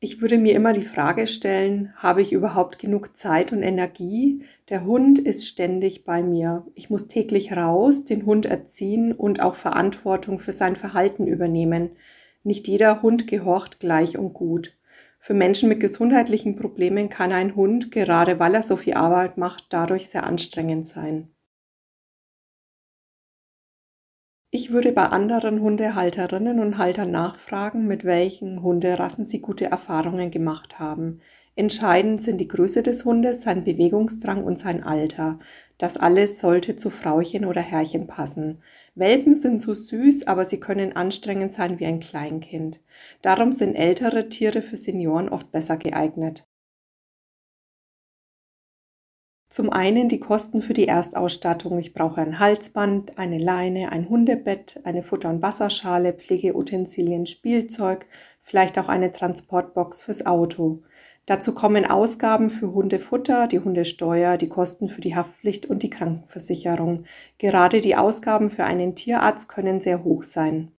Ich würde mir immer die Frage stellen, habe ich überhaupt genug Zeit und Energie? Der Hund ist ständig bei mir. Ich muss täglich raus, den Hund erziehen und auch Verantwortung für sein Verhalten übernehmen. Nicht jeder Hund gehorcht gleich und gut. Für Menschen mit gesundheitlichen Problemen kann ein Hund, gerade weil er so viel Arbeit macht, dadurch sehr anstrengend sein. Ich würde bei anderen Hundehalterinnen und Haltern nachfragen, mit welchen Hunderassen sie gute Erfahrungen gemacht haben. Entscheidend sind die Größe des Hundes, sein Bewegungsdrang und sein Alter. Das alles sollte zu Frauchen oder Herrchen passen. Welpen sind so süß, aber sie können anstrengend sein wie ein Kleinkind. Darum sind ältere Tiere für Senioren oft besser geeignet. Zum einen die Kosten für die Erstausstattung. Ich brauche ein Halsband, eine Leine, ein Hundebett, eine Futter- und Wasserschale, Pflegeutensilien, Spielzeug, vielleicht auch eine Transportbox fürs Auto. Dazu kommen Ausgaben für Hundefutter, die Hundesteuer, die Kosten für die Haftpflicht und die Krankenversicherung. Gerade die Ausgaben für einen Tierarzt können sehr hoch sein.